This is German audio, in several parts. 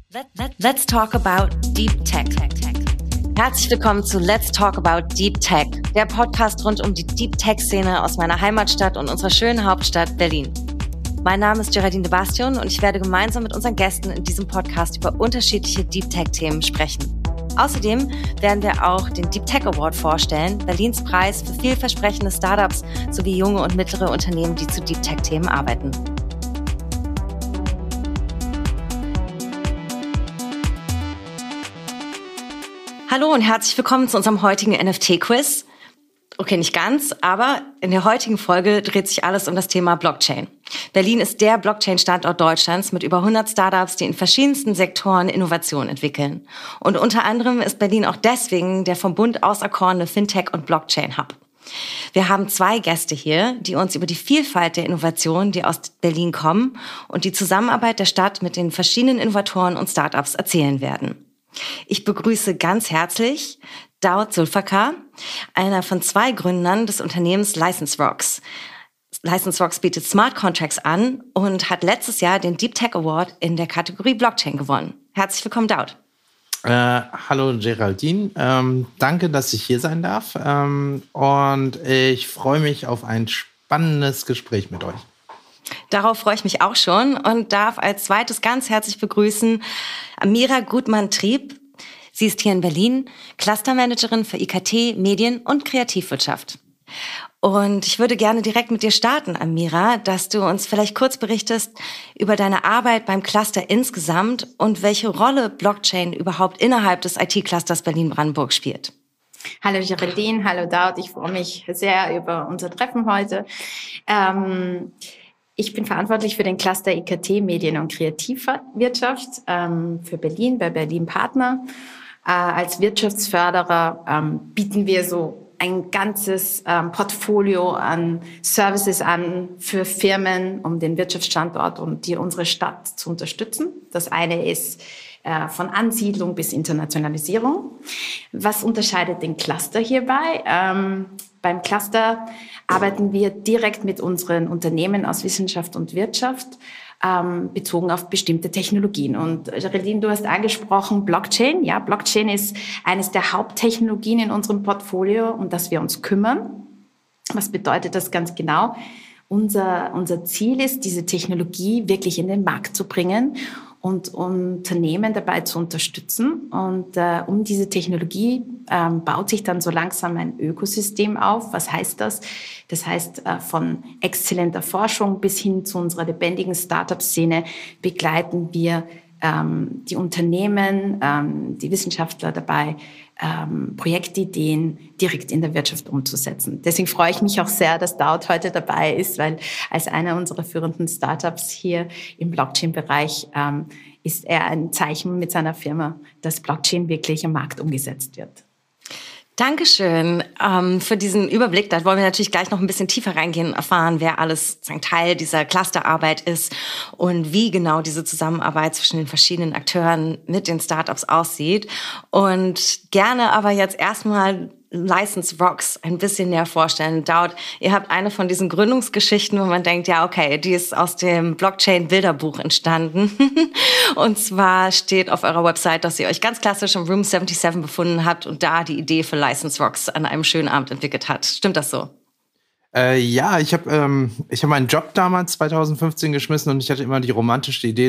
Let's talk about Deep Tech. Herzlich willkommen zu Let's Talk About Deep Tech, der Podcast rund um die Deep Tech-Szene aus meiner Heimatstadt und unserer schönen Hauptstadt Berlin. Mein Name ist Geraldine de Bastion und ich werde gemeinsam mit unseren Gästen in diesem Podcast über unterschiedliche Deep Tech-Themen sprechen. Außerdem werden wir auch den Deep Tech Award vorstellen, Berlins Preis für vielversprechende Startups sowie junge und mittlere Unternehmen, die zu Deep Tech-Themen arbeiten. Hallo und herzlich willkommen zu unserem heutigen NFT-Quiz. Okay, nicht ganz, aber in der heutigen Folge dreht sich alles um das Thema Blockchain. Berlin ist der Blockchain-Standort Deutschlands mit über 100 Startups, die in verschiedensten Sektoren Innovationen entwickeln. Und unter anderem ist Berlin auch deswegen der vom Bund auserkorene Fintech- und Blockchain-Hub. Wir haben 2 Gäste hier, die uns über die Vielfalt der Innovationen, die aus Berlin kommen, und die Zusammenarbeit der Stadt mit den verschiedenen Innovatoren und Startups erzählen werden. Ich begrüße ganz herzlich Daud Zulfikar, einer von 2 Gründern des Unternehmens LicenseRocks. LicenseRocks bietet Smart Contracts an und hat letztes Jahr den Deep Tech Award in der Kategorie Blockchain gewonnen. Herzlich willkommen, Daud. Hallo Geraldine, danke, dass ich hier sein darf und ich freue mich auf ein spannendes Gespräch mit euch. Darauf freue ich mich auch schon und darf als zweites ganz herzlich begrüßen Amira Gutmann-Trieb. Sie ist hier in Berlin Clustermanagerin für IKT, Medien und Kreativwirtschaft. Und ich würde gerne direkt mit dir starten, Amira, dass du uns vielleicht kurz berichtest über deine Arbeit beim Cluster insgesamt und welche Rolle Blockchain überhaupt innerhalb des IT-Clusters Berlin-Brandenburg spielt. Hallo Geraldine, hallo Daud, ich freue mich sehr über unser Treffen heute. Ich bin verantwortlich für den Cluster IKT, Medien und Kreativwirtschaft für Berlin, bei Berlin Partner. Als Wirtschaftsförderer bieten wir so ein ganzes Portfolio an Services an für Firmen, um den Wirtschaftsstandort und unsere Stadt zu unterstützen. Das eine ist von Ansiedlung bis Internationalisierung. Was unterscheidet den Cluster hierbei? Beim Cluster arbeiten wir direkt mit unseren Unternehmen aus Wissenschaft und Wirtschaft, bezogen auf bestimmte Technologien. Und Geraldine, du hast angesprochen Blockchain. Ja, Blockchain ist eines der Haupttechnologien in unserem Portfolio, um das wir uns kümmern. Was bedeutet das ganz genau? Unser Ziel ist, diese Technologie wirklich in den Markt zu bringen und Unternehmen dabei zu unterstützen. Und um diese Technologie baut sich dann so langsam ein Ökosystem auf. Was heißt das? Das heißt, von exzellenter Forschung bis hin zu unserer lebendigen Startup-Szene begleiten wir die Unternehmen, die Wissenschaftler dabei, Projektideen direkt in der Wirtschaft umzusetzen. Deswegen freue ich mich auch sehr, dass Daud heute dabei ist, weil als einer unserer führenden Startups hier im Blockchain-Bereich ist er ein Zeichen mit seiner Firma, dass Blockchain wirklich am Markt umgesetzt wird. Dankeschön für diesen Überblick. Da wollen wir natürlich gleich noch ein bisschen tiefer reingehen und erfahren, wer alles Teil dieser Clusterarbeit ist und wie genau diese Zusammenarbeit zwischen den verschiedenen Akteuren mit den Startups aussieht. Und gerne aber jetzt erstmal LicenseRocks ein bisschen näher vorstellen. Daud, ihr habt eine von diesen Gründungsgeschichten, wo man denkt, ja okay, die ist aus dem Blockchain-Bilderbuch entstanden. Und zwar steht auf eurer Website, dass ihr euch ganz klassisch im Room 77 befunden habt und da die Idee für LicenseRocks an einem schönen Abend entwickelt hat. Stimmt das so? Ja, ich hab meinen Job damals 2015 geschmissen und ich hatte immer die romantische Idee,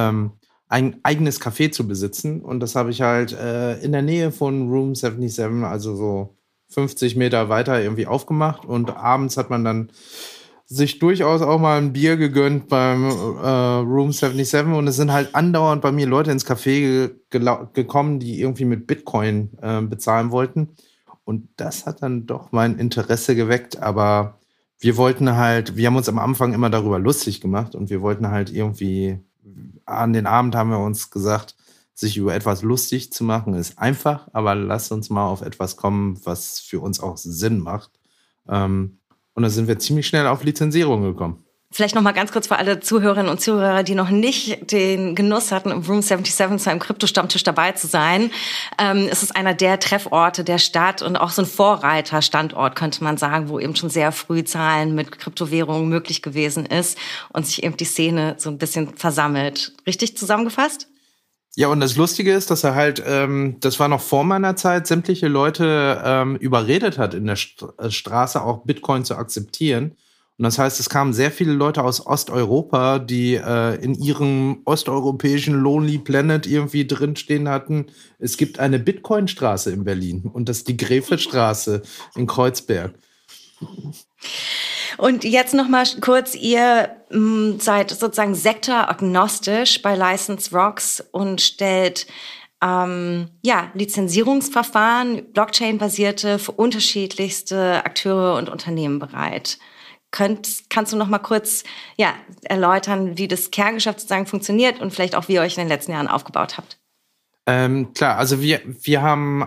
ein eigenes Café zu besitzen. Und das habe ich halt in der Nähe von Room 77, also so 50 Meter weiter irgendwie aufgemacht. Und abends hat man dann sich durchaus auch mal ein Bier gegönnt beim Room 77. Und es sind halt andauernd bei mir Leute ins Café gekommen, die irgendwie mit Bitcoin bezahlen wollten. Und das hat dann doch mein Interesse geweckt. Aber wir haben uns am Anfang immer darüber lustig gemacht. Und wir wollten halt irgendwie, an den Abend haben wir uns gesagt, sich über etwas lustig zu machen, ist einfach, aber lasst uns mal auf etwas kommen, was für uns auch Sinn macht. Und da sind wir ziemlich schnell auf Lizenzierung gekommen. Vielleicht noch mal ganz kurz für alle Zuhörerinnen und Zuhörer, die noch nicht den Genuss hatten, im Room 77 zu einem Krypto-Stammtisch dabei zu sein. Es ist einer der Trefforte der Stadt und auch so ein Vorreiterstandort, könnte man sagen, wo eben schon sehr früh Zahlen mit Kryptowährungen möglich gewesen ist und sich eben die Szene so ein bisschen versammelt. Richtig zusammengefasst? Ja, und das Lustige ist, dass er halt, das war noch vor meiner Zeit, sämtliche Leute überredet hat, in der Straße auch Bitcoin zu akzeptieren. Und das heißt, es kamen sehr viele Leute aus Osteuropa, die in ihrem osteuropäischen Lonely Planet irgendwie drinstehen hatten. Es gibt eine Bitcoin-Straße in Berlin und das ist die Gräfe-Straße in Kreuzberg. Und jetzt noch mal kurz, ihr seid sozusagen sektoragnostisch bei License Rocks und stellt Lizenzierungsverfahren, Blockchain-basierte für unterschiedlichste Akteure und Unternehmen bereit. Kannst du noch mal kurz erläutern, wie das Kerngeschäft sozusagen funktioniert und vielleicht auch, wie ihr euch in den letzten Jahren aufgebaut habt? Klar, also wir haben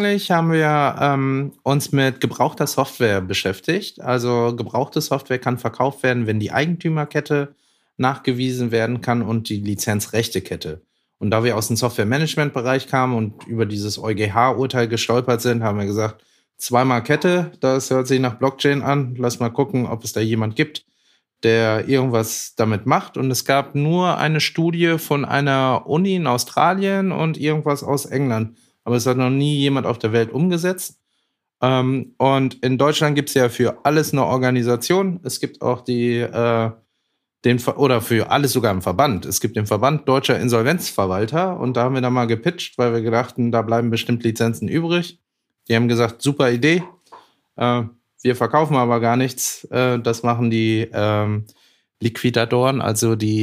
uns mit gebrauchter Software beschäftigt. Also gebrauchte Software kann verkauft werden, wenn die Eigentümerkette nachgewiesen werden kann und die Lizenzrechtekette. Und da wir aus dem Software-Management-Bereich kamen und über dieses EuGH-Urteil gestolpert sind, haben wir gesagt, 2-mal Kette, das hört sich nach Blockchain an. Lass mal gucken, ob es da jemand gibt, der irgendwas damit macht. Und es gab nur eine Studie von einer Uni in Australien und irgendwas aus England. Aber es hat noch nie jemand auf der Welt umgesetzt. Und in Deutschland gibt es ja für alles eine Organisation. Es gibt auch für alles sogar einen Verband. Es gibt den Verband Deutscher Insolvenzverwalter. Und da haben wir dann mal gepitcht, weil wir gedachten, da bleiben bestimmt Lizenzen übrig. Die haben gesagt, super Idee. Wir verkaufen aber gar nichts. Das machen die Liquidatoren, also die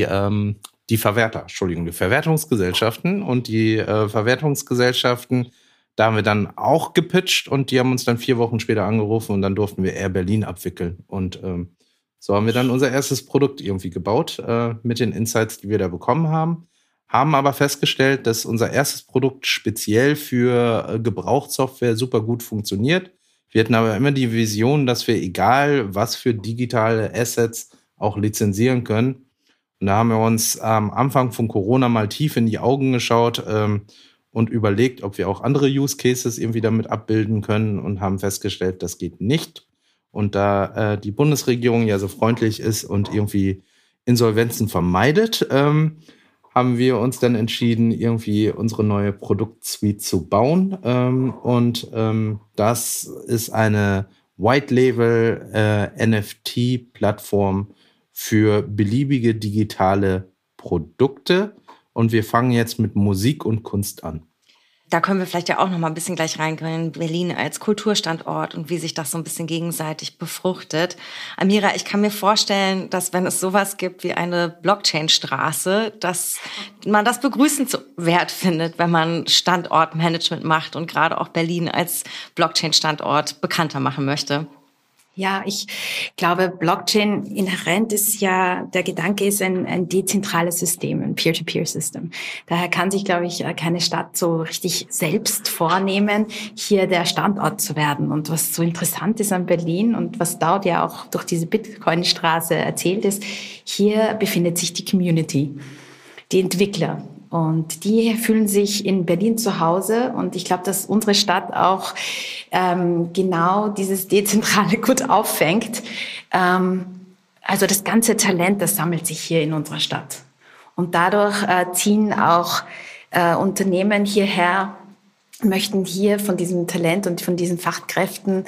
Verwertungsgesellschaften. Und die Verwertungsgesellschaften, da haben wir dann auch gepitcht und die haben uns dann 4 Wochen später angerufen und dann durften wir Air Berlin abwickeln. Und so haben wir dann unser erstes Produkt irgendwie gebaut mit den Insights, die wir da bekommen haben. Haben aber festgestellt, dass unser erstes Produkt speziell für Gebrauchssoftware super gut funktioniert. Wir hatten aber immer die Vision, dass wir egal was für digitale Assets auch lizenzieren können. Und da haben wir uns am Anfang von Corona mal tief in die Augen geschaut und überlegt, ob wir auch andere Use Cases irgendwie damit abbilden können und haben festgestellt, das geht nicht. Und da die Bundesregierung ja so freundlich ist und irgendwie Insolvenzen vermeidet, haben wir uns dann entschieden, irgendwie unsere neue Produktsuite zu bauen. Das ist eine White-Label-NFT-Plattform für beliebige digitale Produkte. Und wir fangen jetzt mit Musik und Kunst an. Da können wir vielleicht ja auch noch mal ein bisschen gleich reingehen, Berlin als Kulturstandort und wie sich das so ein bisschen gegenseitig befruchtet. Amira, ich kann mir vorstellen, dass wenn es sowas gibt wie eine Blockchain-Straße, dass man das begrüßenswert findet, wenn man Standortmanagement macht und gerade auch Berlin als Blockchain-Standort bekannter machen möchte. Ja, ich glaube, Blockchain inhärent ist ja, der Gedanke ist ein dezentrales System, ein Peer-to-Peer-System. Daher kann sich, glaube ich, keine Stadt so richtig selbst vornehmen, hier der Standort zu werden. Und was so interessant ist an Berlin und was dort ja auch durch diese Bitcoin-Straße erzählt ist, hier befindet sich die Community, die Entwickler. Und die fühlen sich in Berlin zu Hause. Und ich glaube, dass unsere Stadt auch genau dieses Dezentrale gut auffängt. Also das ganze Talent, das sammelt sich hier in unserer Stadt. Und dadurch ziehen auch Unternehmen hierher, möchten hier von diesem Talent und von diesen Fachkräften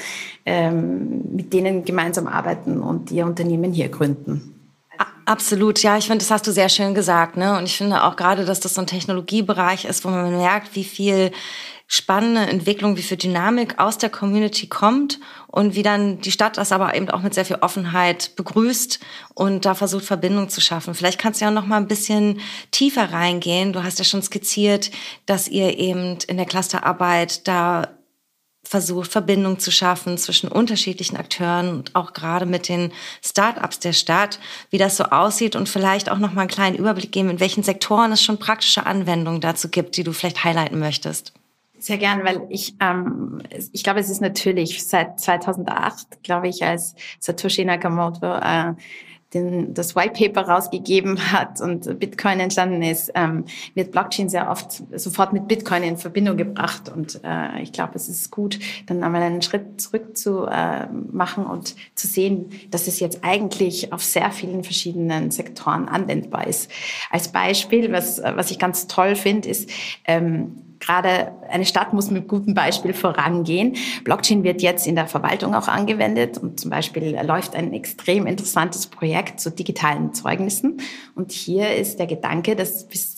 mit denen gemeinsam arbeiten und ihr Unternehmen hier gründen. Absolut, ja, ich finde, das hast du sehr schön gesagt, ne? Und ich finde auch gerade, dass das so ein Technologiebereich ist, wo man merkt, wie viel spannende Entwicklung, wie viel Dynamik aus der Community kommt und wie dann die Stadt das aber eben auch mit sehr viel Offenheit begrüßt und da versucht, Verbindung zu schaffen. Vielleicht kannst du ja noch mal ein bisschen tiefer reingehen. Du hast ja schon skizziert, dass ihr eben in der Clusterarbeit da versucht, Verbindung zu schaffen zwischen unterschiedlichen Akteuren und auch gerade mit den Start-ups der Stadt, wie das so aussieht und vielleicht auch noch mal einen kleinen Überblick geben, in welchen Sektoren es schon praktische Anwendungen dazu gibt, die du vielleicht highlighten möchtest. Sehr gern, weil ich glaube, es ist natürlich seit 2008, glaube ich, als Satoshi Nakamoto das White Paper rausgegeben hat und Bitcoin entstanden ist, wird Blockchain sehr oft sofort mit Bitcoin in Verbindung gebracht. Und ich glaube, es ist gut, dann einmal einen Schritt zurück zu machen und zu sehen, dass es jetzt eigentlich auf sehr vielen verschiedenen Sektoren anwendbar ist. Als Beispiel, was ich ganz toll finde, ist, gerade eine Stadt muss mit gutem Beispiel vorangehen. Blockchain wird jetzt in der Verwaltung auch angewendet und zum Beispiel läuft ein extrem interessantes Projekt zu digitalen Zeugnissen. Und hier ist der Gedanke, dass bis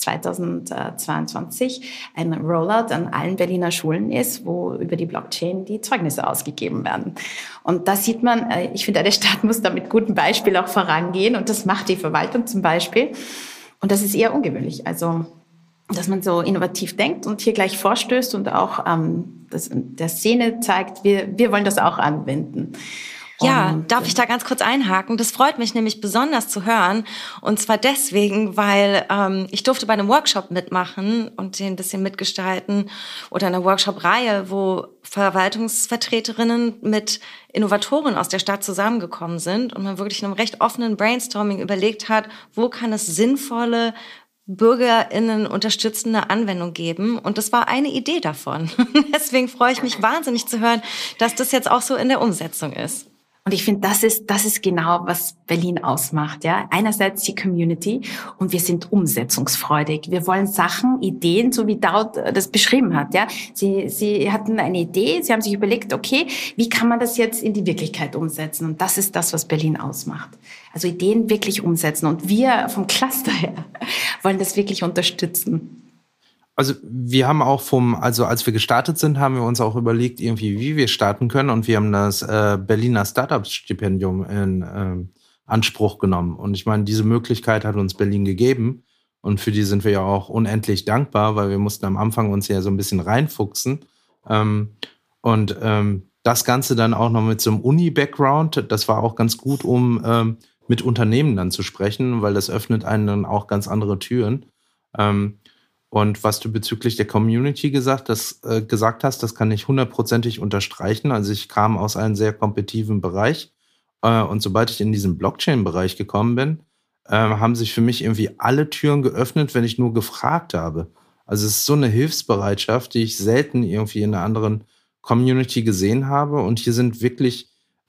2022 ein Rollout an allen Berliner Schulen ist, wo über die Blockchain die Zeugnisse ausgegeben werden. Und da sieht man, ich finde, eine Stadt muss da mit gutem Beispiel auch vorangehen und das macht die Verwaltung zum Beispiel. Und das ist eher ungewöhnlich. Also dass man so innovativ denkt und hier gleich vorstößt und auch der Szene zeigt, wir wollen das auch anwenden. Ja, darf ich da ganz kurz einhaken? Das freut mich nämlich besonders zu hören. Und zwar deswegen, weil ich durfte bei einem Workshop mitmachen und den ein bisschen mitgestalten oder einer Workshop-Reihe, wo Verwaltungsvertreterinnen mit Innovatoren aus der Stadt zusammengekommen sind und man wirklich in einem recht offenen Brainstorming überlegt hat, wo kann es sinnvolle BürgerInnen unterstützende Anwendung geben. Und das war eine Idee davon. Deswegen freue ich mich wahnsinnig zu hören, dass das jetzt auch so in der Umsetzung ist. Und ich finde, das ist genau, was Berlin ausmacht, ja. Einerseits die Community und wir sind umsetzungsfreudig. Wir wollen Sachen, Ideen, so wie Daud das beschrieben hat, ja. Sie hatten eine Idee, sie haben sich überlegt, okay, wie kann man das jetzt in die Wirklichkeit umsetzen? Und das ist das, was Berlin ausmacht. Also Ideen wirklich umsetzen. Und wir vom Cluster her wollen das wirklich unterstützen. Also wir haben auch als wir gestartet sind, haben wir uns auch überlegt, irgendwie, wie wir starten können. Und wir haben das Berliner Startup-Stipendium in Anspruch genommen. Und ich meine, diese Möglichkeit hat uns Berlin gegeben. Und für die sind wir ja auch unendlich dankbar, weil wir mussten am Anfang uns ja so ein bisschen reinfuchsen. Das Ganze dann auch noch mit so einem Uni-Background, das war auch ganz gut, um mit Unternehmen dann zu sprechen, weil das öffnet einen dann auch ganz andere Türen. Und was du bezüglich der Community gesagt hast, das kann ich 100%ig unterstreichen. Also ich kam aus einem sehr kompetitiven Bereich und sobald ich in diesen Blockchain-Bereich gekommen bin, haben sich für mich irgendwie alle Türen geöffnet, wenn ich nur gefragt habe. Also es ist so eine Hilfsbereitschaft, die ich selten irgendwie in einer anderen Community gesehen habe. Und hier sind wirklich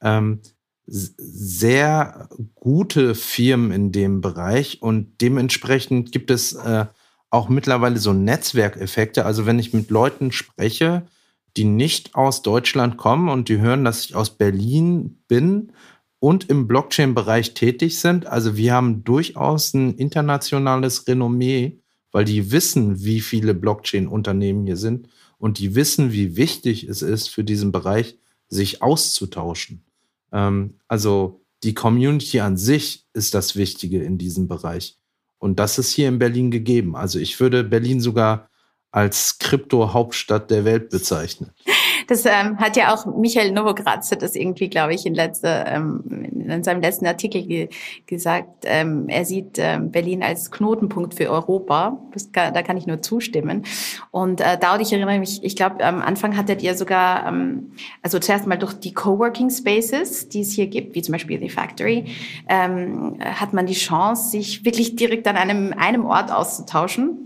sehr gute Firmen in dem Bereich und dementsprechend gibt es auch mittlerweile so Netzwerkeffekte. Also wenn ich mit Leuten spreche, die nicht aus Deutschland kommen und die hören, dass ich aus Berlin bin und im Blockchain-Bereich tätig sind, also wir haben durchaus ein internationales Renommee, weil die wissen, wie viele Blockchain-Unternehmen hier sind und die wissen, wie wichtig es ist, für diesen Bereich sich auszutauschen. Also die Community an sich ist das Wichtige in diesem Bereich. Und das ist hier in Berlin gegeben. Also ich würde Berlin sogar als Krypto-Hauptstadt der Welt bezeichnen. Das hat ja auch Michael Novogratz hat das irgendwie, glaube ich, in seinem letzten Artikel gesagt. Er sieht Berlin als Knotenpunkt für Europa. Da kann ich nur zustimmen. Und Daud, ich erinnere mich, ich glaube, am Anfang hattet ihr sogar, also zuerst mal durch die Coworking Spaces, die es hier gibt, wie zum Beispiel die Factory, hat man die Chance, sich wirklich direkt an einem Ort auszutauschen.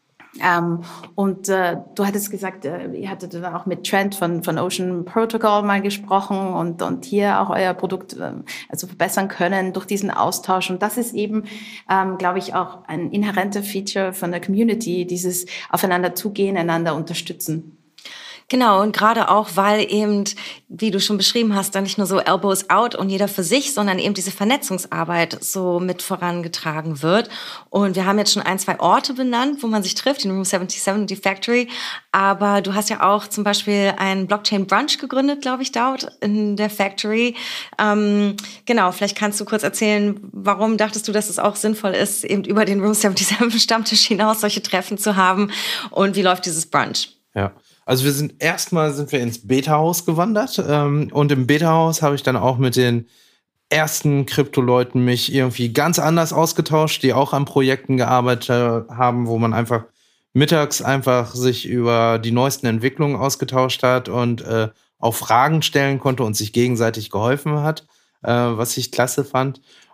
Du hattest gesagt, ihr hattet dann auch mit Trent von Ocean Protocol mal gesprochen und hier auch euer Produkt also verbessern können durch diesen Austausch. Und das ist eben, glaube ich, auch ein inhärenter Feature von der Community, dieses Aufeinander zugehen, einander unterstützen. Genau, und gerade auch, weil eben, wie du schon beschrieben hast, dann nicht nur so Elbows out und jeder für sich, sondern eben diese Vernetzungsarbeit so mit vorangetragen wird. Und wir haben jetzt schon 1-2 Orte benannt, wo man sich trifft, den Room 77 und die Factory. Aber du hast ja auch zum Beispiel einen Blockchain-Brunch gegründet, glaube ich, Daud, in der Factory. Genau, vielleicht kannst du kurz erzählen, warum dachtest du, dass es auch sinnvoll ist, eben über den Room 77 Stammtisch hinaus solche Treffen zu haben? Und wie läuft dieses Brunch? Ja. Also wir sind ins Beta-Haus gewandert und im Beta-Haus habe ich dann auch mit den ersten Krypto-Leuten mich irgendwie ganz anders ausgetauscht, die auch an Projekten gearbeitet haben, wo man einfach mittags einfach sich über die neuesten Entwicklungen ausgetauscht hat und auch Fragen stellen konnte und sich gegenseitig geholfen hat, was ich klasse fand.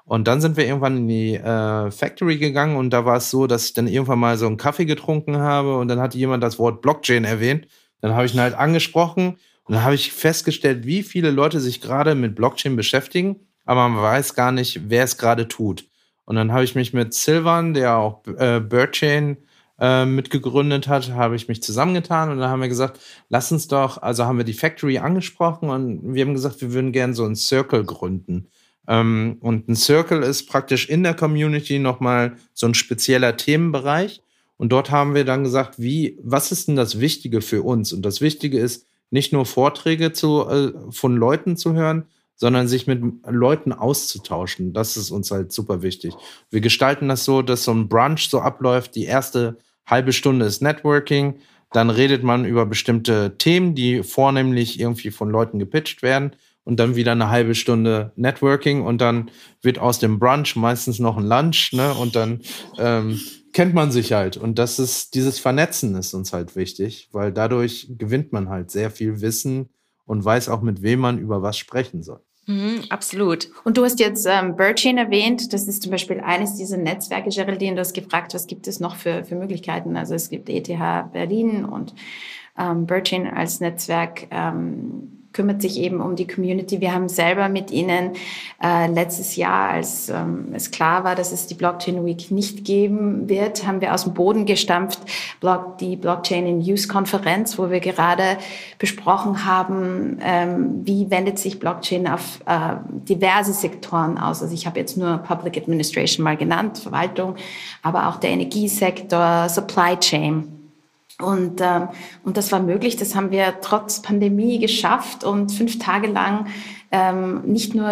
Und dann sind wir irgendwann in die Factory gegangen und da war es so, dass ich dann irgendwann mal so einen Kaffee getrunken habe und dann hat jemand das Wort Blockchain erwähnt. Dann habe ich ihn halt angesprochen und dann habe ich festgestellt, wie viele Leute sich gerade mit Blockchain beschäftigen, aber man weiß gar nicht, wer es gerade tut. Und dann habe ich mich mit Silvan, der auch Birdchain mitgegründet hat, habe ich mich zusammengetan und dann haben wir gesagt, lass uns doch, also haben wir die Factory angesprochen und wir haben gesagt, wir würden gerne so einen Circle gründen. Und ein Circle ist praktisch in der Community nochmal so ein spezieller Themenbereich. Und dort haben wir dann gesagt, was ist denn das Wichtige für uns? Und das Wichtige ist, nicht nur Vorträge von Leuten zu hören, sondern sich mit Leuten auszutauschen. Das ist uns halt super wichtig. Wir gestalten das so, dass so ein Brunch so abläuft. Die erste halbe Stunde ist Networking. Dann redet man über bestimmte Themen, die vornehmlich irgendwie von Leuten gepitcht werden. Und dann wieder eine halbe Stunde Networking. Und dann wird aus dem Brunch meistens noch ein Lunch, ne? Und dann kennt man sich halt. Und dieses Vernetzen ist uns halt wichtig, weil dadurch gewinnt man halt sehr viel Wissen und weiß auch, mit wem man über was sprechen soll. Absolut. Und du hast jetzt Birdchain erwähnt. Das ist zum Beispiel eines dieser Netzwerke. Geraldine, du hast gefragt, was gibt es noch für Möglichkeiten? Also es gibt ETH Berlin und Birdchain als Netzwerk kümmert sich eben um die Community. Wir haben selber mit ihnen letztes Jahr, als es klar war, dass es die Blockchain Week nicht geben wird, haben wir aus dem Boden gestampft die Blockchain in Use Konferenz, wo wir gerade besprochen haben, wie wendet sich Blockchain auf diverse Sektoren aus. Also ich habe jetzt nur Public Administration mal genannt, Verwaltung, aber auch der Energiesektor, Supply Chain. Und das war möglich, das haben wir trotz Pandemie geschafft und 5 Tage lang nicht nur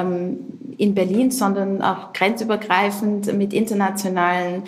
in Berlin, sondern auch grenzübergreifend mit internationalen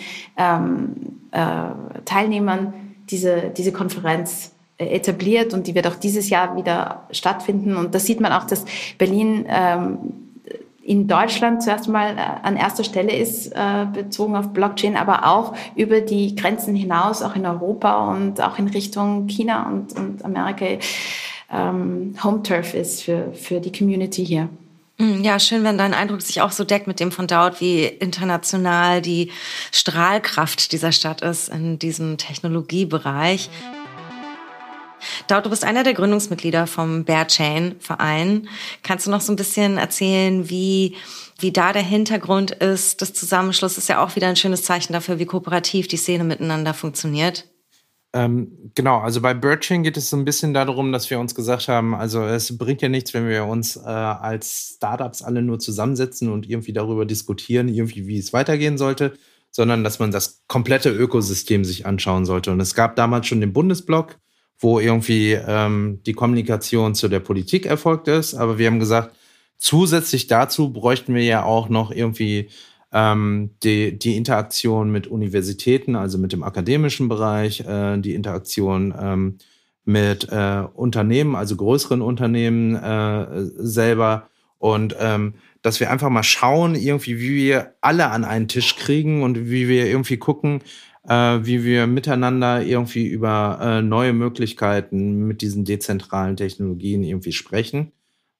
Teilnehmern diese Konferenz etabliert und die wird auch dieses Jahr wieder stattfinden. Und da sieht man auch, dass Berlin in Deutschland zuerst mal an erster Stelle ist, bezogen auf Blockchain, aber auch über die Grenzen hinaus, auch in Europa und auch in Richtung China und Amerika Home Turf ist für die Community hier. Ja, schön, wenn dein Eindruck sich auch so deckt mit dem von Daud, wie international die Strahlkraft dieser Stadt ist in diesem Technologiebereich. Daud, du bist einer der Gründungsmitglieder vom Birdchain-Verein. Kannst du noch so ein bisschen erzählen, wie da der Hintergrund ist? Das Zusammenschluss ist ja auch wieder ein schönes Zeichen dafür, wie kooperativ die Szene miteinander funktioniert. Genau, also bei Birdchain geht es so ein bisschen darum, dass wir uns gesagt haben, also es bringt ja nichts, wenn wir uns als Startups alle nur zusammensetzen und irgendwie darüber diskutieren, irgendwie wie es weitergehen sollte, sondern dass man das komplette Ökosystem sich anschauen sollte. Und es gab damals schon den Bundesblock, wo irgendwie die Kommunikation zu der Politik erfolgt ist. Aber wir haben gesagt, zusätzlich dazu bräuchten wir ja auch noch irgendwie die Interaktion mit Universitäten, also mit dem akademischen Bereich, die Interaktion mit Unternehmen, also größeren Unternehmen selber. Und dass wir einfach mal schauen, irgendwie, wie wir alle an einen Tisch kriegen und wie wir irgendwie gucken, wie wir miteinander irgendwie über neue Möglichkeiten mit diesen dezentralen Technologien irgendwie sprechen.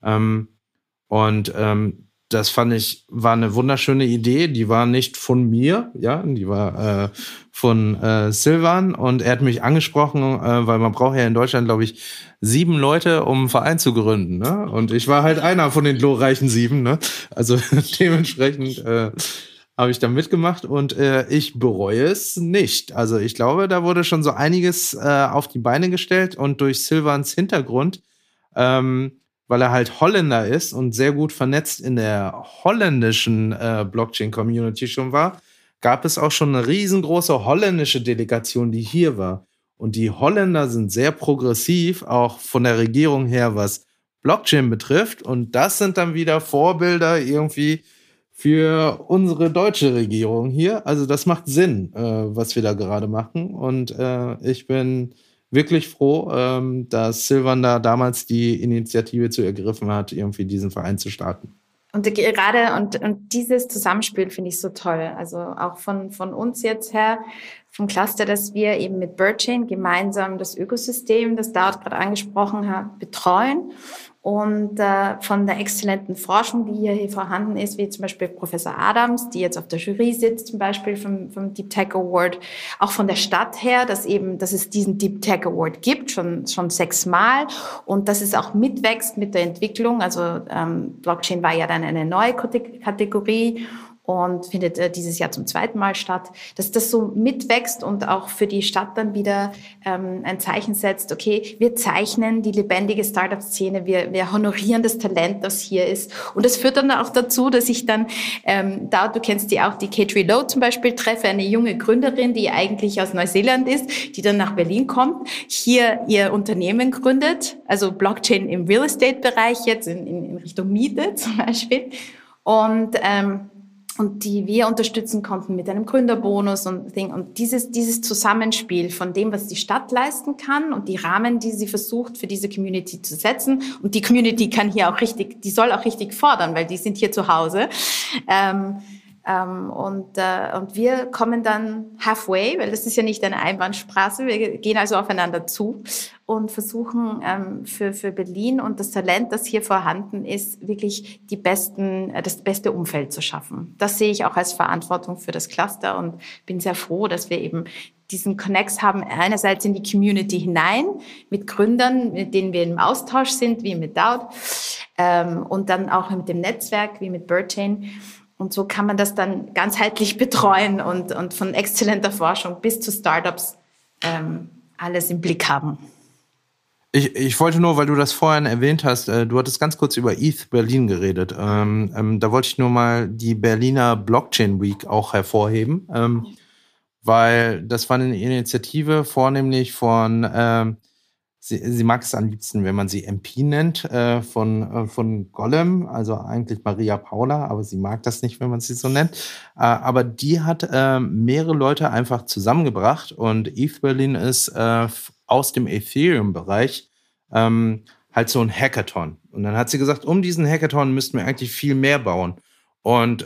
Das fand ich, war eine wunderschöne Idee. Die war nicht von mir, ja, die war von Silvan und er hat mich angesprochen, weil man braucht ja in Deutschland, glaube ich, 7 Leute, um einen Verein zu gründen, ne? Und ich war halt einer von den glorreichen 7, ne? Also dementsprechend habe ich da mitgemacht und ich bereue es nicht. Also ich glaube, da wurde schon so einiges auf die Beine gestellt und durch Silvans Hintergrund, weil er halt Holländer ist und sehr gut vernetzt in der holländischen Blockchain-Community schon war, gab es auch schon eine riesengroße holländische Delegation, die hier war. Und die Holländer sind sehr progressiv, auch von der Regierung her, was Blockchain betrifft. Und das sind dann wieder Vorbilder irgendwie für unsere deutsche Regierung hier. Also das macht Sinn, was wir da gerade machen. Und ich bin wirklich froh, dass Silvan da damals die Initiative zu ergriffen hat, irgendwie diesen Verein zu starten. Und gerade und dieses Zusammenspiel finde ich so toll. Also auch von uns jetzt her vom Cluster, dass wir eben mit BirdChain gemeinsam das Ökosystem, das Daud gerade angesprochen hat, betreuen. Und von der exzellenten Forschung, die hier vorhanden ist, wie zum Beispiel Professor Adams, die jetzt auf der Jury sitzt, zum Beispiel vom Deep Tech Award, auch von der Stadt her, dass es diesen Deep Tech Award gibt, schon 6-mal, und dass es auch mitwächst mit der Entwicklung. Also Blockchain war ja dann eine neue Kategorie und findet dieses Jahr zum 2. Mal statt, dass das so mitwächst und auch für die Stadt dann wieder ein Zeichen setzt, okay, wir zeichnen die lebendige Startup-Szene, wir honorieren das Talent, das hier ist. Und das führt dann auch dazu, dass ich dann, du kennst die auch, die Kate Reload zum Beispiel, treffe, eine junge Gründerin, die eigentlich aus Neuseeland ist, die dann nach Berlin kommt, hier ihr Unternehmen gründet, also Blockchain im Real Estate-Bereich jetzt, in Richtung Miete zum Beispiel. Und die wir unterstützen konnten mit einem Gründerbonus und Ding. Und dieses Zusammenspiel von dem, was die Stadt leisten kann und die Rahmen, die sie versucht, für diese Community zu setzen. Und die Community kann hier auch die soll auch richtig fordern, weil die sind hier zu Hause. Und wir kommen dann halfway, weil das ist ja nicht eine Einbahnstraße. Wir gehen also aufeinander zu und versuchen für Berlin und das Talent, das hier vorhanden ist, wirklich das beste Umfeld zu schaffen. Das sehe ich auch als Verantwortung für das Cluster und bin sehr froh, dass wir eben diesen Connects haben, einerseits in die Community hinein, mit Gründern, mit denen wir im Austausch sind, wie mit Daud, und dann auch mit dem Netzwerk, wie mit BirdChain. Und so kann man das dann ganzheitlich betreuen und von exzellenter Forschung bis zu Startups alles im Blick haben. Ich wollte nur, weil du das vorhin erwähnt hast, du hattest ganz kurz über ETH Berlin geredet. Da wollte ich nur mal die Berliner Blockchain Week auch hervorheben, weil das war eine Initiative vornehmlich von, sie mag es am liebsten, wenn man sie MP nennt, von Golem, also eigentlich Maria Paula, aber sie mag das nicht, wenn man sie so nennt. Aber die hat mehrere Leute einfach zusammengebracht und ETH Berlin ist aus dem Ethereum-Bereich halt so ein Hackathon. Und dann hat sie gesagt, um diesen Hackathon müssten wir eigentlich viel mehr bauen. Und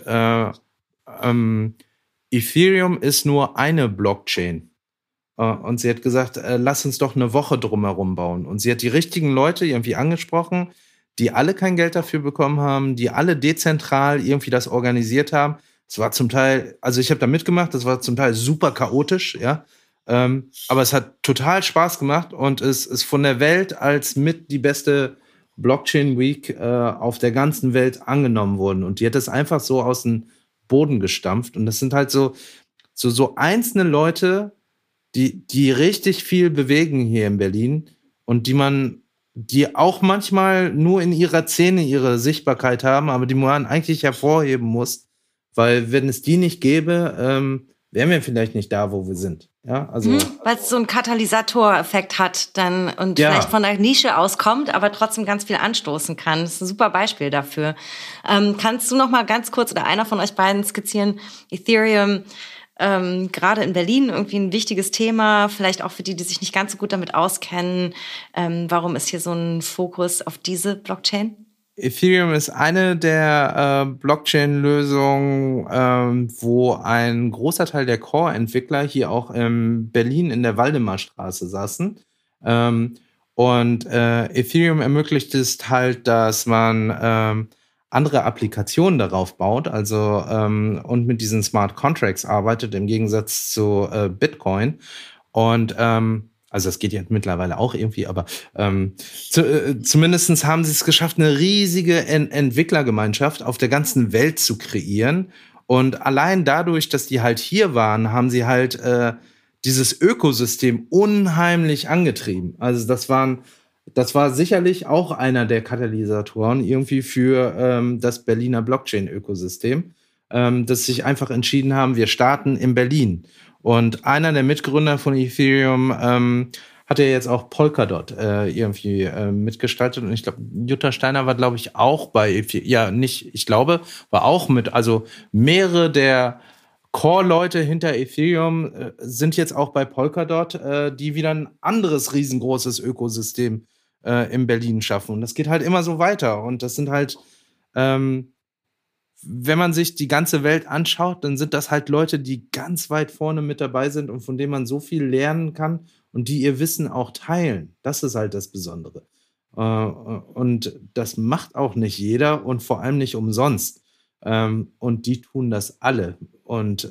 Ethereum ist nur eine Blockchain. Und sie hat gesagt, lass uns doch eine Woche drumherum bauen. Und sie hat die richtigen Leute irgendwie angesprochen, die alle kein Geld dafür bekommen haben, die alle dezentral irgendwie das organisiert haben. Es war zum Teil, also ich habe da mitgemacht, das war zum Teil super chaotisch, ja. Aber es hat total Spaß gemacht und es ist von der Welt als mit die beste Blockchain Week auf der ganzen Welt angenommen worden. Und die hat es einfach so aus dem Boden gestampft. Und das sind halt so einzelne Leute, die richtig viel bewegen hier in Berlin und die auch manchmal nur in ihrer Szene ihre Sichtbarkeit haben, aber die man eigentlich hervorheben muss, weil wenn es die nicht gäbe, wären wir vielleicht nicht da, wo wir sind. Ja, also weil es so einen Katalysatoreffekt hat dann und vielleicht von der Nische auskommt, aber trotzdem ganz viel anstoßen kann. Das ist ein super Beispiel dafür. Kannst du noch mal ganz kurz oder einer von euch beiden skizzieren, Ethereum, gerade in Berlin irgendwie ein wichtiges Thema, vielleicht auch für die sich nicht ganz so gut damit auskennen. Warum ist hier so ein Fokus auf diese Blockchain? Ethereum ist eine der Blockchain-Lösungen, wo ein großer Teil der Core-Entwickler hier auch in Berlin in der Waldemarstraße saßen. Und Ethereum ermöglicht es halt, dass man andere Applikationen darauf baut, also und mit diesen Smart Contracts arbeitet, im Gegensatz zu Bitcoin. Und also das geht ja mittlerweile auch irgendwie, aber zumindest haben sie es geschafft, eine riesige Entwicklergemeinschaft auf der ganzen Welt zu kreieren. Und allein dadurch, dass die halt hier waren, haben sie halt dieses Ökosystem unheimlich angetrieben. Also das war sicherlich auch einer der Katalysatoren irgendwie für das Berliner Blockchain-Ökosystem, dass sich einfach entschieden haben, wir starten in Berlin. Und einer der Mitgründer von Ethereum hat ja jetzt auch Polkadot irgendwie mitgestaltet. Und ich glaube, Jutta Steiner war, glaube ich, auch bei Ethereum. Ja, nicht, ich glaube, war auch mit. Also mehrere der Core-Leute hinter Ethereum sind jetzt auch bei Polkadot, die wieder ein anderes riesengroßes Ökosystem in Berlin schaffen. Und das geht halt immer so weiter. Und das sind halt wenn man sich die ganze Welt anschaut, dann sind das halt Leute, die ganz weit vorne mit dabei sind und von denen man so viel lernen kann und die ihr Wissen auch teilen. Das ist halt das Besondere. Und das macht auch nicht jeder und vor allem nicht umsonst. Und die tun das alle. Und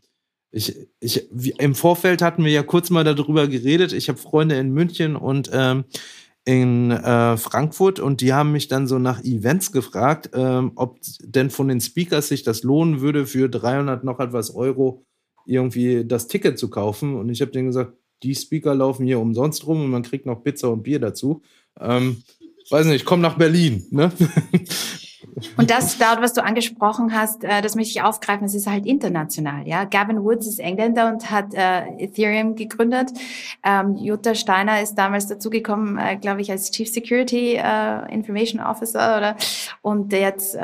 im Vorfeld hatten wir ja kurz mal darüber geredet. Ich habe Freunde in München und in Frankfurt und die haben mich dann so nach Events gefragt, ob denn von den Speakers sich das lohnen würde, für 300 noch etwas Euro irgendwie das Ticket zu kaufen. Und ich habe denen gesagt, die Speaker laufen hier umsonst rum und man kriegt noch Pizza und Bier dazu. Weiß nicht, ich komme nach Berlin, ne? Und das, was du angesprochen hast, das möchte ich aufgreifen, es ist halt international, ja. Gavin Woods ist Engländer und hat Ethereum gegründet. Jutta Steiner ist damals dazugekommen, glaube ich, als Chief Security Information Officer, oder? Und jetzt,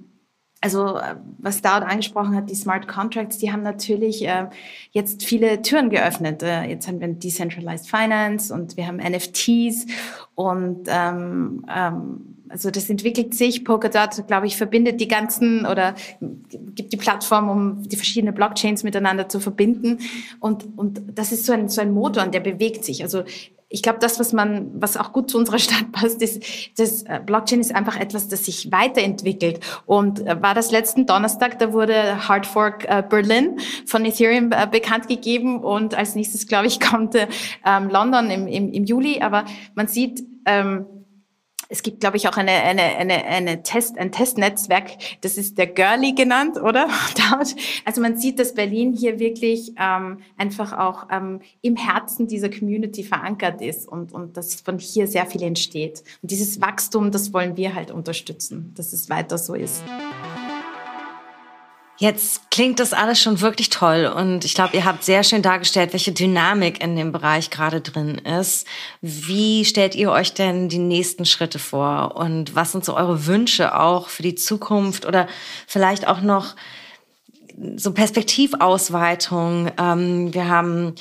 was Daud angesprochen hat, die Smart Contracts, die haben natürlich jetzt viele Türen geöffnet. Jetzt haben wir Decentralized Finance und wir haben NFTs und also das entwickelt sich. Polkadot, glaube ich, verbindet die ganzen oder gibt die Plattform, um die verschiedenen Blockchains miteinander zu verbinden. Und das ist so ein Motor und der bewegt sich. Also ich glaube, das, was auch gut zu unserer Stadt passt, ist, das Blockchain ist einfach etwas, das sich weiterentwickelt. Und war das letzten Donnerstag, da wurde Hard Fork Berlin von Ethereum bekannt gegeben und als nächstes, glaube ich, kommt London im Juli. Aber man sieht, es gibt, glaube ich, auch ein Testnetzwerk, das ist der Girly genannt, oder? Also man sieht, dass Berlin hier wirklich einfach auch im Herzen dieser Community verankert ist und dass von hier sehr viel entsteht. Und dieses Wachstum, das wollen wir halt unterstützen, dass es weiter so ist. Jetzt klingt das alles schon wirklich toll und ich glaube, ihr habt sehr schön dargestellt, welche Dynamik in dem Bereich gerade drin ist. Wie stellt ihr euch denn die nächsten Schritte vor und was sind so eure Wünsche auch für die Zukunft oder vielleicht auch noch so Perspektivausweitung? Wir haben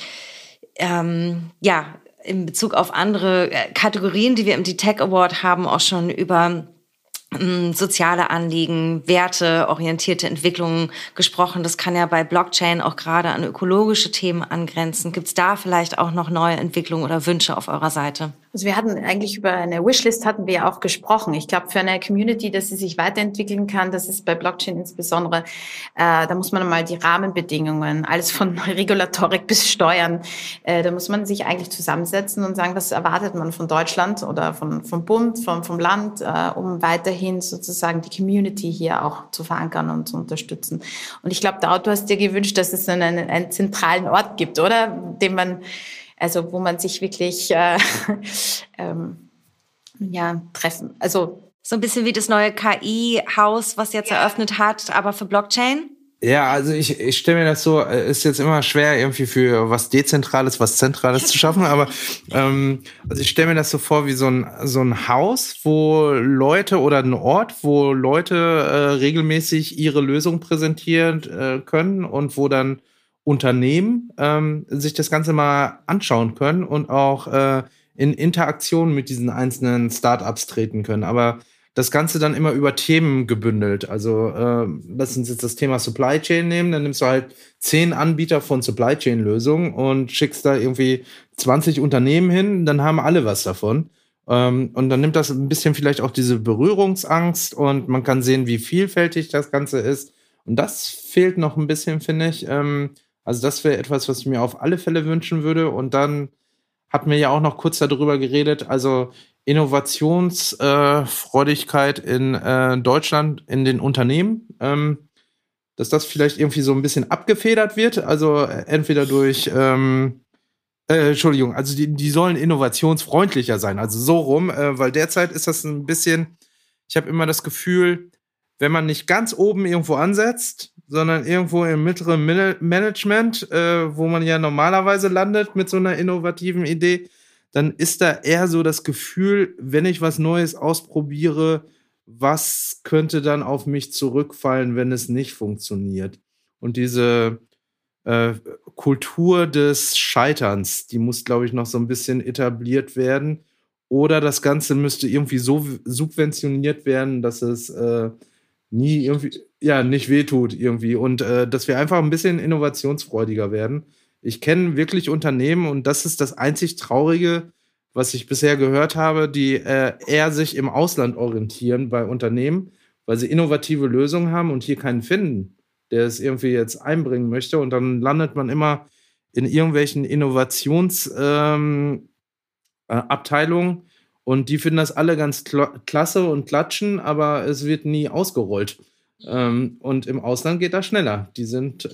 in Bezug auf andere Kategorien, die wir im D-Tech Award haben, auch schon über soziale Anliegen, werteorientierte Entwicklungen gesprochen. Das kann ja bei Blockchain auch gerade an ökologische Themen angrenzen. Gibt es da vielleicht auch noch neue Entwicklungen oder Wünsche auf eurer Seite? Also wir hatten eigentlich über eine Wishlist hatten wir ja auch gesprochen. Ich glaube, für eine Community, dass sie sich weiterentwickeln kann, das ist bei Blockchain insbesondere, da muss man mal die Rahmenbedingungen, alles von Regulatorik bis Steuern, da muss man sich eigentlich zusammensetzen und sagen, was erwartet man von Deutschland oder vom Bund, vom Land, um weiterhin sozusagen die Community hier auch zu verankern und zu unterstützen. Und ich glaube, du hast dir gewünscht, dass es einen zentralen Ort gibt, oder? Wo man sich wirklich treffen. Also so ein bisschen wie das neue KI-Haus, was jetzt eröffnet hat, aber für Blockchain? Ja, also ich stelle mir das so, ist jetzt immer schwer irgendwie für was Dezentrales, was Zentrales zu schaffen, aber also ich stelle mir das so vor wie so ein Haus, wo Leute oder ein Ort, wo Leute regelmäßig ihre Lösung präsentieren können und wo dann Unternehmen sich das Ganze mal anschauen können und auch in Interaktion mit diesen einzelnen Startups treten können. Aber das Ganze dann immer über Themen gebündelt. Also lass uns jetzt das Thema Supply Chain nehmen. Dann nimmst du halt 10 Anbieter von Supply Chain Lösungen und schickst da irgendwie 20 Unternehmen hin. Dann haben alle was davon. Und dann nimmt das ein bisschen vielleicht auch diese Berührungsangst und man kann sehen, wie vielfältig das Ganze ist. Und das fehlt noch ein bisschen, finde ich. Also das wäre etwas, was ich mir auf alle Fälle wünschen würde. Und dann hatten wir ja auch noch kurz darüber geredet, also Innovationsfreudigkeit in Deutschland in den Unternehmen, dass das vielleicht irgendwie so ein bisschen abgefedert wird. Also entweder durch, Entschuldigung, also die sollen innovationsfreundlicher sein. Also so rum, weil derzeit ist das ein bisschen, ich habe immer das Gefühl, wenn man nicht ganz oben irgendwo ansetzt, sondern irgendwo im mittleren Management, wo man ja normalerweise landet mit so einer innovativen Idee, dann ist da eher so das Gefühl, wenn ich was Neues ausprobiere, was könnte dann auf mich zurückfallen, wenn es nicht funktioniert? Und diese Kultur des Scheiterns, die muss, glaube ich, noch so ein bisschen etabliert werden. Oder das Ganze müsste irgendwie so subventioniert werden, dass es nie irgendwie, ja, nicht wehtut irgendwie. Und dass wir einfach ein bisschen innovationsfreudiger werden. Ich kenne wirklich Unternehmen, und das ist das einzig Traurige, was ich bisher gehört habe, die eher sich im Ausland orientieren bei Unternehmen, weil sie innovative Lösungen haben und hier keinen finden, der es irgendwie jetzt einbringen möchte. Und dann landet man immer in irgendwelchen Innovationsabteilungen und die finden das alle ganz klasse und klatschen, aber es wird nie ausgerollt. Und im Ausland geht das schneller. Die sind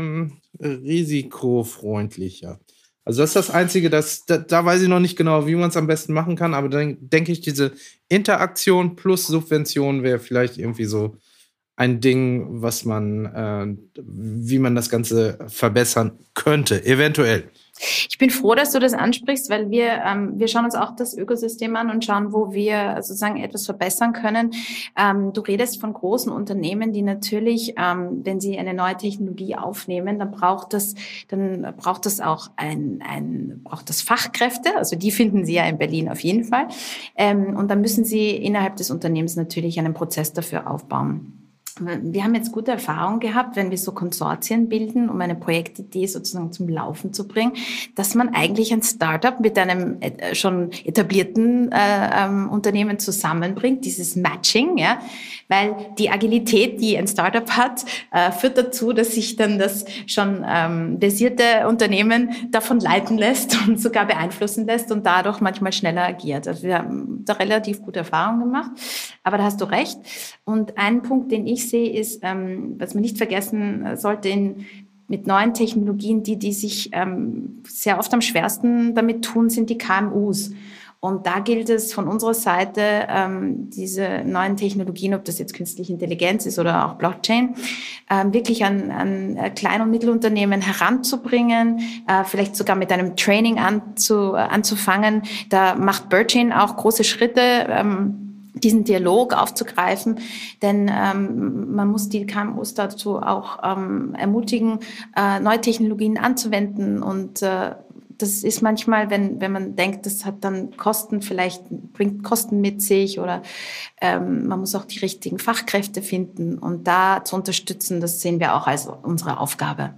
risikofreundlicher. Also das ist das Einzige, da weiß ich noch nicht genau, wie man es am besten machen kann, aber dann denke ich, diese Interaktion plus Subvention wäre vielleicht irgendwie so ein Ding, wie man das Ganze verbessern könnte, eventuell. Ich bin froh, dass du das ansprichst, weil wir schauen uns auch das Ökosystem an und schauen, wo wir sozusagen etwas verbessern können. Du redest von großen Unternehmen, die natürlich, wenn sie eine neue Technologie aufnehmen, dann braucht das auch braucht das Fachkräfte. Also die finden sie ja in Berlin auf jeden Fall. Und dann müssen sie innerhalb des Unternehmens natürlich einen Prozess dafür aufbauen. Wir haben jetzt gute Erfahrungen gehabt, wenn wir so Konsortien bilden, um eine Projektidee sozusagen zum Laufen zu bringen, dass man eigentlich ein Startup mit einem schon etablierten Unternehmen zusammenbringt, dieses Matching, ja, weil die Agilität, die ein Startup hat, führt dazu, dass sich dann das schon versierte Unternehmen davon leiten lässt und sogar beeinflussen lässt und dadurch manchmal schneller agiert. Also wir haben da relativ gute Erfahrungen gemacht, aber da hast du recht. Und ein Punkt, den ich sehe, ist, was man nicht vergessen sollte, mit neuen Technologien, die sich sehr oft am schwersten damit tun, sind die KMUs. Und da gilt es von unserer Seite, diese neuen Technologien, ob das jetzt künstliche Intelligenz ist oder auch Blockchain, wirklich an Klein- und Mittelunternehmen heranzubringen, vielleicht sogar mit einem Training anzufangen. Da macht Birdchain auch große Schritte, diesen Dialog aufzugreifen, denn man muss die KMUs dazu auch ermutigen, neue Technologien anzuwenden und das ist manchmal, wenn man denkt, das hat dann Kosten, bringt Kosten mit sich oder man muss auch die richtigen Fachkräfte finden und da zu unterstützen, das sehen wir auch als unsere Aufgabe.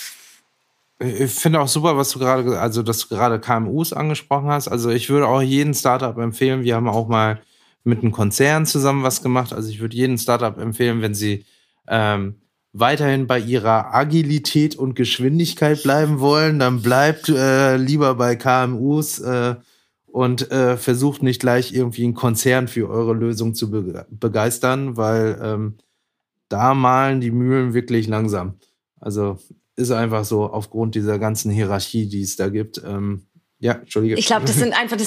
Ich finde auch super, dass du gerade KMUs angesprochen hast. Also ich würde auch jeden Startup empfehlen, wir haben auch mal mit einem Konzern zusammen was gemacht. Also ich würde jedem Startup empfehlen, wenn sie weiterhin bei ihrer Agilität und Geschwindigkeit bleiben wollen, dann bleibt lieber bei KMUs und versucht nicht gleich irgendwie einen Konzern für eure Lösung zu begeistern, weil da malen die Mühlen wirklich langsam. Also ist einfach so aufgrund dieser ganzen Hierarchie, die es da gibt. Ja, Entschuldige. Ich glaube, das sind einfach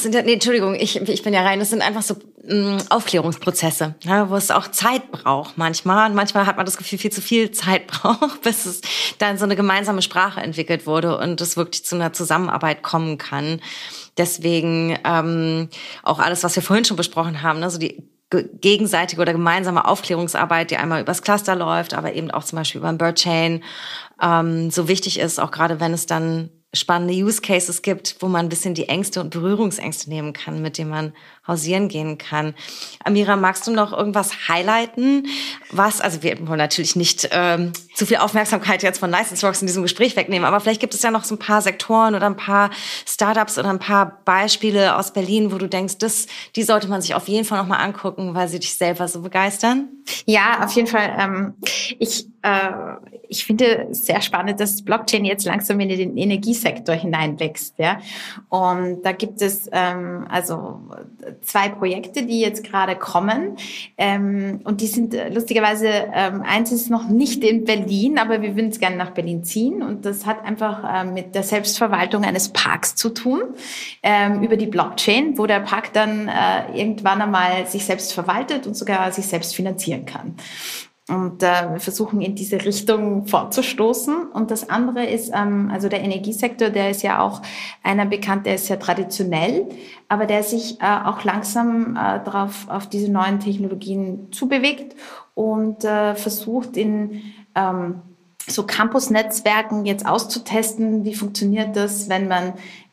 so Aufklärungsprozesse, wo es auch Zeit braucht manchmal. Und manchmal hat man das Gefühl, viel zu viel Zeit braucht, bis es dann so eine gemeinsame Sprache entwickelt wurde und es wirklich zu einer Zusammenarbeit kommen kann. Deswegen auch alles, was wir vorhin schon besprochen haben, ne, so die gegenseitige oder gemeinsame Aufklärungsarbeit, die einmal übers Cluster läuft, aber eben auch zum Beispiel über ein Birdchain, so wichtig ist, auch gerade wenn es dann spannende Use Cases gibt, wo man ein bisschen die Ängste und Berührungsängste nehmen kann, mit denen man hausieren gehen kann. Amira, magst du noch irgendwas highlighten? Also wir wollen natürlich nicht zu viel Aufmerksamkeit jetzt von LicenseRocks in diesem Gespräch wegnehmen, aber vielleicht gibt es ja noch so ein paar Sektoren oder ein paar Startups oder ein paar Beispiele aus Berlin, wo du denkst, die sollte man sich auf jeden Fall noch mal angucken, weil sie dich selber so begeistern. Ja, auf jeden Fall. Ich finde es sehr spannend, dass Blockchain jetzt langsam in den Energiesektor hineinwächst. Ja? Und da gibt es also 2 Projekte, die jetzt gerade kommen. Und die sind lustigerweise, eins ist noch nicht in Berlin, aber wir würden es gerne nach Berlin ziehen. Und das hat einfach mit der Selbstverwaltung eines Parks zu tun, über die Blockchain, wo der Park dann irgendwann einmal sich selbst verwaltet und sogar sich selbst finanzieren kann. Und wir versuchen in diese Richtung vorzustoßen. Und das andere ist, also der Energiesektor, der ist ja auch einer bekannt, der ist sehr traditionell, aber der sich auch langsam auf diese neuen Technologien zubewegt und versucht so Campus-Netzwerken jetzt auszutesten. Wie funktioniert das, wenn man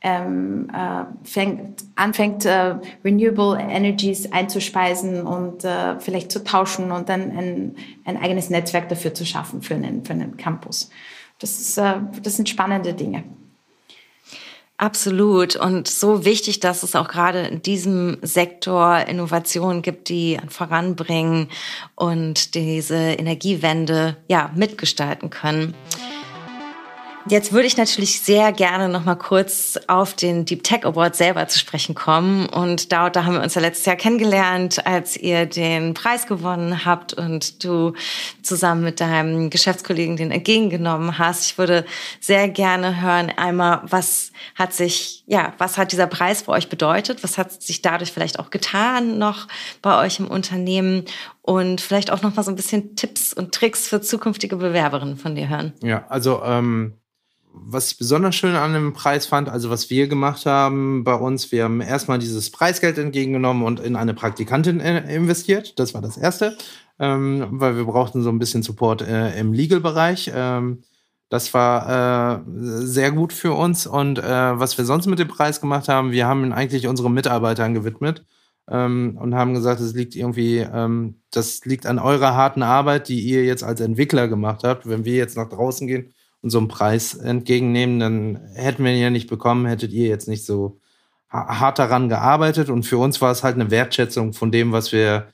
anfängt, Renewable Energies einzuspeisen und vielleicht zu tauschen und dann ein eigenes Netzwerk dafür zu schaffen für einen Campus. Das sind spannende Dinge. Absolut. Und so wichtig, dass es auch gerade in diesem Sektor Innovationen gibt, die voranbringen und diese Energiewende mitgestalten können. Jetzt würde ich natürlich sehr gerne noch mal kurz auf den Deep Tech Award selber zu sprechen kommen. Und da haben wir uns ja letztes Jahr kennengelernt, als ihr den Preis gewonnen habt und du zusammen mit deinem Geschäftskollegen den entgegengenommen hast. Ich würde sehr gerne hören, einmal, was hat dieser Preis für euch bedeutet? Was hat sich dadurch vielleicht auch getan noch bei euch im Unternehmen? Und vielleicht auch noch mal so ein bisschen Tipps und Tricks für zukünftige Bewerberinnen von dir hören. Ja, also was ich besonders schön an dem Preis fand, also was wir gemacht haben bei uns, wir haben erstmal dieses Preisgeld entgegengenommen und in eine Praktikantin investiert. Das war das Erste, weil wir brauchten so ein bisschen Support im Legal-Bereich. Das war sehr gut für uns. Und was wir sonst mit dem Preis gemacht haben, wir haben ihn eigentlich unseren Mitarbeitern gewidmet und haben gesagt, das liegt an eurer harten Arbeit, die ihr jetzt als Entwickler gemacht habt. Wenn wir jetzt nach draußen gehen und so einen Preis entgegennehmen, dann hätten wir ihn ja nicht bekommen, hättet ihr jetzt nicht so hart daran gearbeitet. Und für uns war es halt eine Wertschätzung von dem, was wir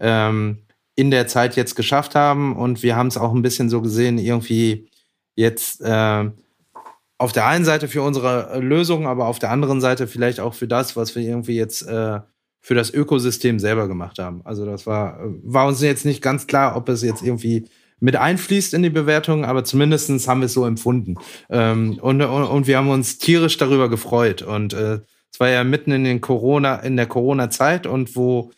in der Zeit jetzt geschafft haben. Und wir haben es auch ein bisschen so gesehen, irgendwie jetzt auf der einen Seite für unsere Lösung, aber auf der anderen Seite vielleicht auch für das, was wir irgendwie jetzt für das Ökosystem selber gemacht haben. Also das war uns jetzt nicht ganz klar, ob es jetzt irgendwie mit einfließt in die Bewertung, aber zumindest haben wir es so empfunden. Und wir haben uns tierisch darüber gefreut. Und es war ja mitten in der Corona-Zeit und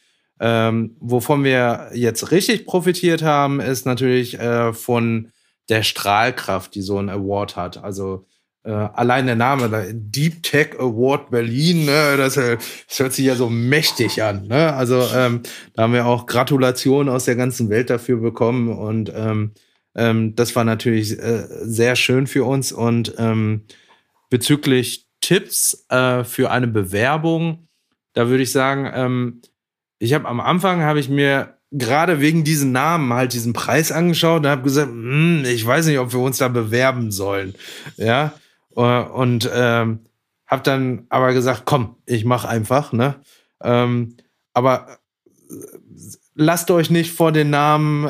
wovon wir jetzt richtig profitiert haben, ist natürlich von der Strahlkraft, die so ein Award hat. Also allein der Name, Deep Tech Award Berlin, ne, das hört sich ja so mächtig an. Ne? Also da haben wir auch Gratulationen aus der ganzen Welt dafür bekommen und das war natürlich sehr schön für uns. Und bezüglich Tipps für eine Bewerbung, da würde ich sagen, am Anfang habe ich mir gerade wegen diesen Namen halt diesen Preis angeschaut und habe gesagt, ich weiß nicht, ob wir uns da bewerben sollen. Ja. Und habe dann aber gesagt, komm, ich mach einfach, ne? Aber lasst euch nicht vor den Namen,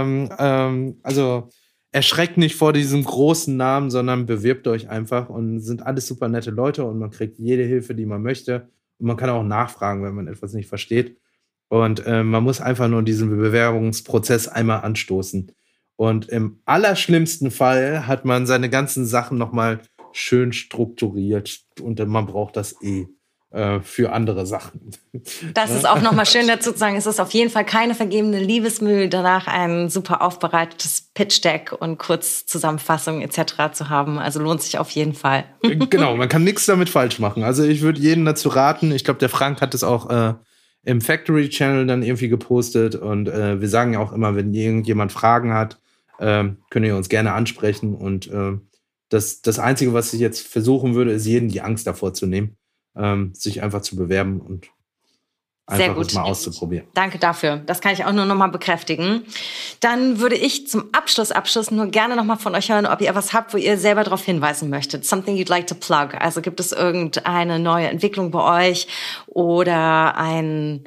also erschreckt nicht vor diesem großen Namen, sondern bewirbt euch einfach und sind alles super nette Leute und man kriegt jede Hilfe, die man möchte. Und man kann auch nachfragen, wenn man etwas nicht versteht. Und man muss einfach nur diesen Bewerbungsprozess einmal anstoßen. Und im allerschlimmsten Fall hat man seine ganzen Sachen nochmal schön strukturiert und man braucht das für andere Sachen. Das ist auch nochmal schön dazu zu sagen, es ist auf jeden Fall keine vergebene Liebesmühe, danach ein super aufbereitetes Pitch-Deck und Kurzzusammenfassung etc. zu haben. Also lohnt sich auf jeden Fall. Genau, man kann nichts damit falsch machen. Also ich würde jedem dazu raten, ich glaube, der Frank hat es auch im Factory Channel dann irgendwie gepostet und wir sagen ja auch immer, wenn irgendjemand Fragen hat, könnt ihr uns gerne ansprechen und das Einzige, was ich jetzt versuchen würde, ist jedem die Angst davor zu nehmen, sich einfach zu bewerben und einfach es mal auszuprobieren. Danke dafür. Das kann ich auch nur noch mal bekräftigen. Dann würde ich zum Abschluss nur gerne noch mal von euch hören, ob ihr was habt, wo ihr selber darauf hinweisen möchtet. Something you'd like to plug. Also gibt es irgendeine neue Entwicklung bei euch oder eine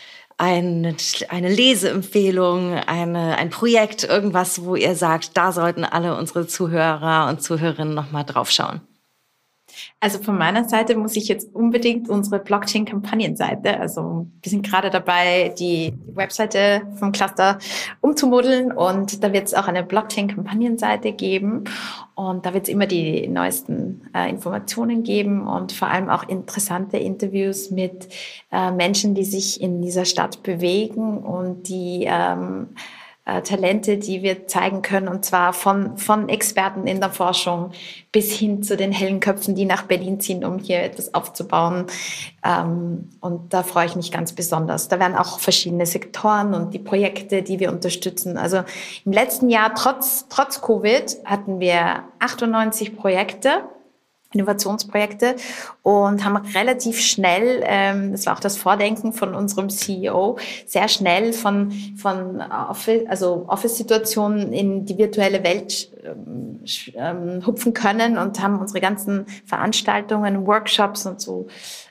Leseempfehlung, ein Projekt, irgendwas, wo ihr sagt, da sollten alle unsere Zuhörer und Zuhörerinnen noch mal drauf schauen? Also von meiner Seite muss ich jetzt unbedingt unsere Blockchain-Kampagnenseite, also wir sind gerade dabei, die Webseite vom Cluster umzumodeln und da wird es auch eine Blockchain-Kampagnenseite geben und da wird es immer die neuesten Informationen geben und vor allem auch interessante Interviews mit Menschen, die sich in dieser Stadt bewegen und die Talente, die wir zeigen können, und zwar von Experten in der Forschung bis hin zu den hellen Köpfen, die nach Berlin ziehen, um hier etwas aufzubauen. Und da freue ich mich ganz besonders. Da werden auch verschiedene Sektoren und die Projekte, die wir unterstützen. Also im letzten Jahr, trotz Covid, hatten wir 98 Projekte, Innovationsprojekte, und haben relativ schnell, das war auch das Vordenken von unserem CEO, sehr schnell von Office-Situationen in die virtuelle Welt hupfen können und haben unsere ganzen Veranstaltungen, Workshops und so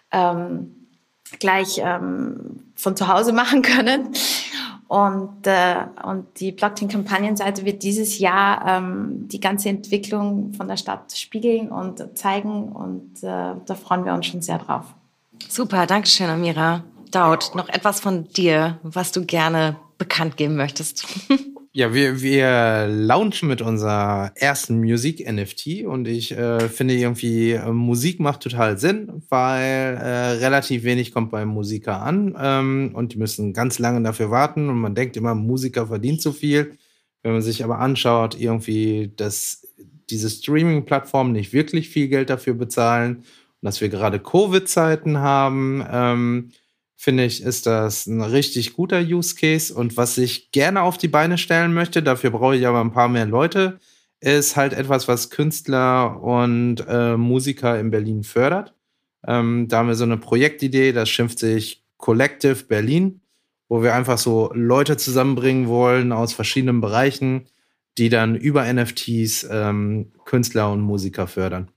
gleich von zu Hause machen können. Und die Blockchain-Kampagnenseite wird dieses Jahr die ganze Entwicklung von der Stadt spiegeln und zeigen. Und da freuen wir uns schon sehr drauf. Super, danke schön, Amira. Daud, noch etwas von dir, was du gerne bekannt geben möchtest? Ja, wir launchen mit unserer ersten Musik-NFT und ich finde irgendwie, Musik macht total Sinn, weil relativ wenig kommt beim Musiker an und die müssen ganz lange dafür warten und man denkt immer, Musiker verdient zu viel. Wenn man sich aber anschaut, irgendwie, dass diese Streaming-Plattformen nicht wirklich viel Geld dafür bezahlen und dass wir gerade Covid-Zeiten haben, finde ich, ist das ein richtig guter Use Case. Und was ich gerne auf die Beine stellen möchte, dafür brauche ich aber ein paar mehr Leute, ist halt etwas, was Künstler und Musiker in Berlin fördert. Da haben wir so eine Projektidee, das schimpft sich Collective Berlin, wo wir einfach so Leute zusammenbringen wollen aus verschiedenen Bereichen, die dann über NFTs Künstler und Musiker fördern.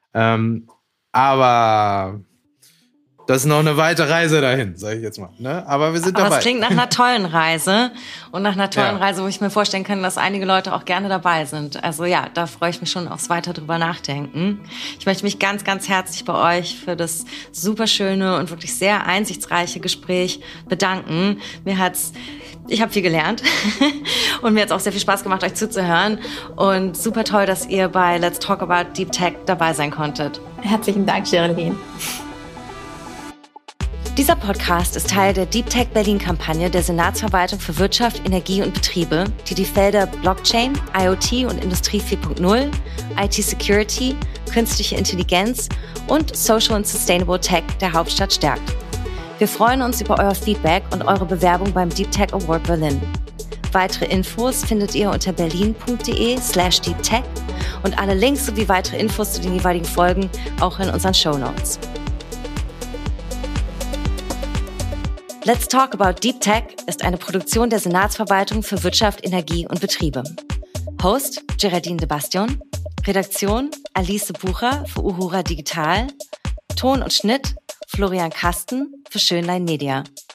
Aber das ist noch eine weite Reise dahin, sage ich jetzt mal. Ne? Aber wir sind dabei. Das klingt nach einer tollen Reise und nach einer tollen Reise, wo ich mir vorstellen kann, dass einige Leute auch gerne dabei sind. Also ja, da freue ich mich schon aufs weiter drüber nachdenken. Ich möchte mich ganz, ganz herzlich bei euch für das superschöne und wirklich sehr einsichtsreiche Gespräch bedanken. Ich habe viel gelernt und mir hat es auch sehr viel Spaß gemacht, euch zuzuhören. Und super toll, dass ihr bei Let's Talk About Deep Tech dabei sein konntet. Herzlichen Dank, Geraldine. Dieser Podcast ist Teil der Deep Tech Berlin-Kampagne der Senatsverwaltung für Wirtschaft, Energie und Betriebe, die Felder Blockchain, IoT und Industrie 4.0, IT-Security, künstliche Intelligenz und Social and Sustainable Tech der Hauptstadt stärkt. Wir freuen uns über euer Feedback und eure Bewerbung beim Deep Tech Award Berlin. Weitere Infos findet ihr unter berlin.de/deeptech und alle Links sowie weitere Infos zu den jeweiligen Folgen auch in unseren Shownotes. Let's Talk About Deep Tech ist eine Produktion der Senatsverwaltung für Wirtschaft, Energie und Betriebe. Host Geraldine de Bastion, Redaktion Alice Bucher für Uhura Digital, Ton und Schnitt Florian Kasten für Schönlein Media.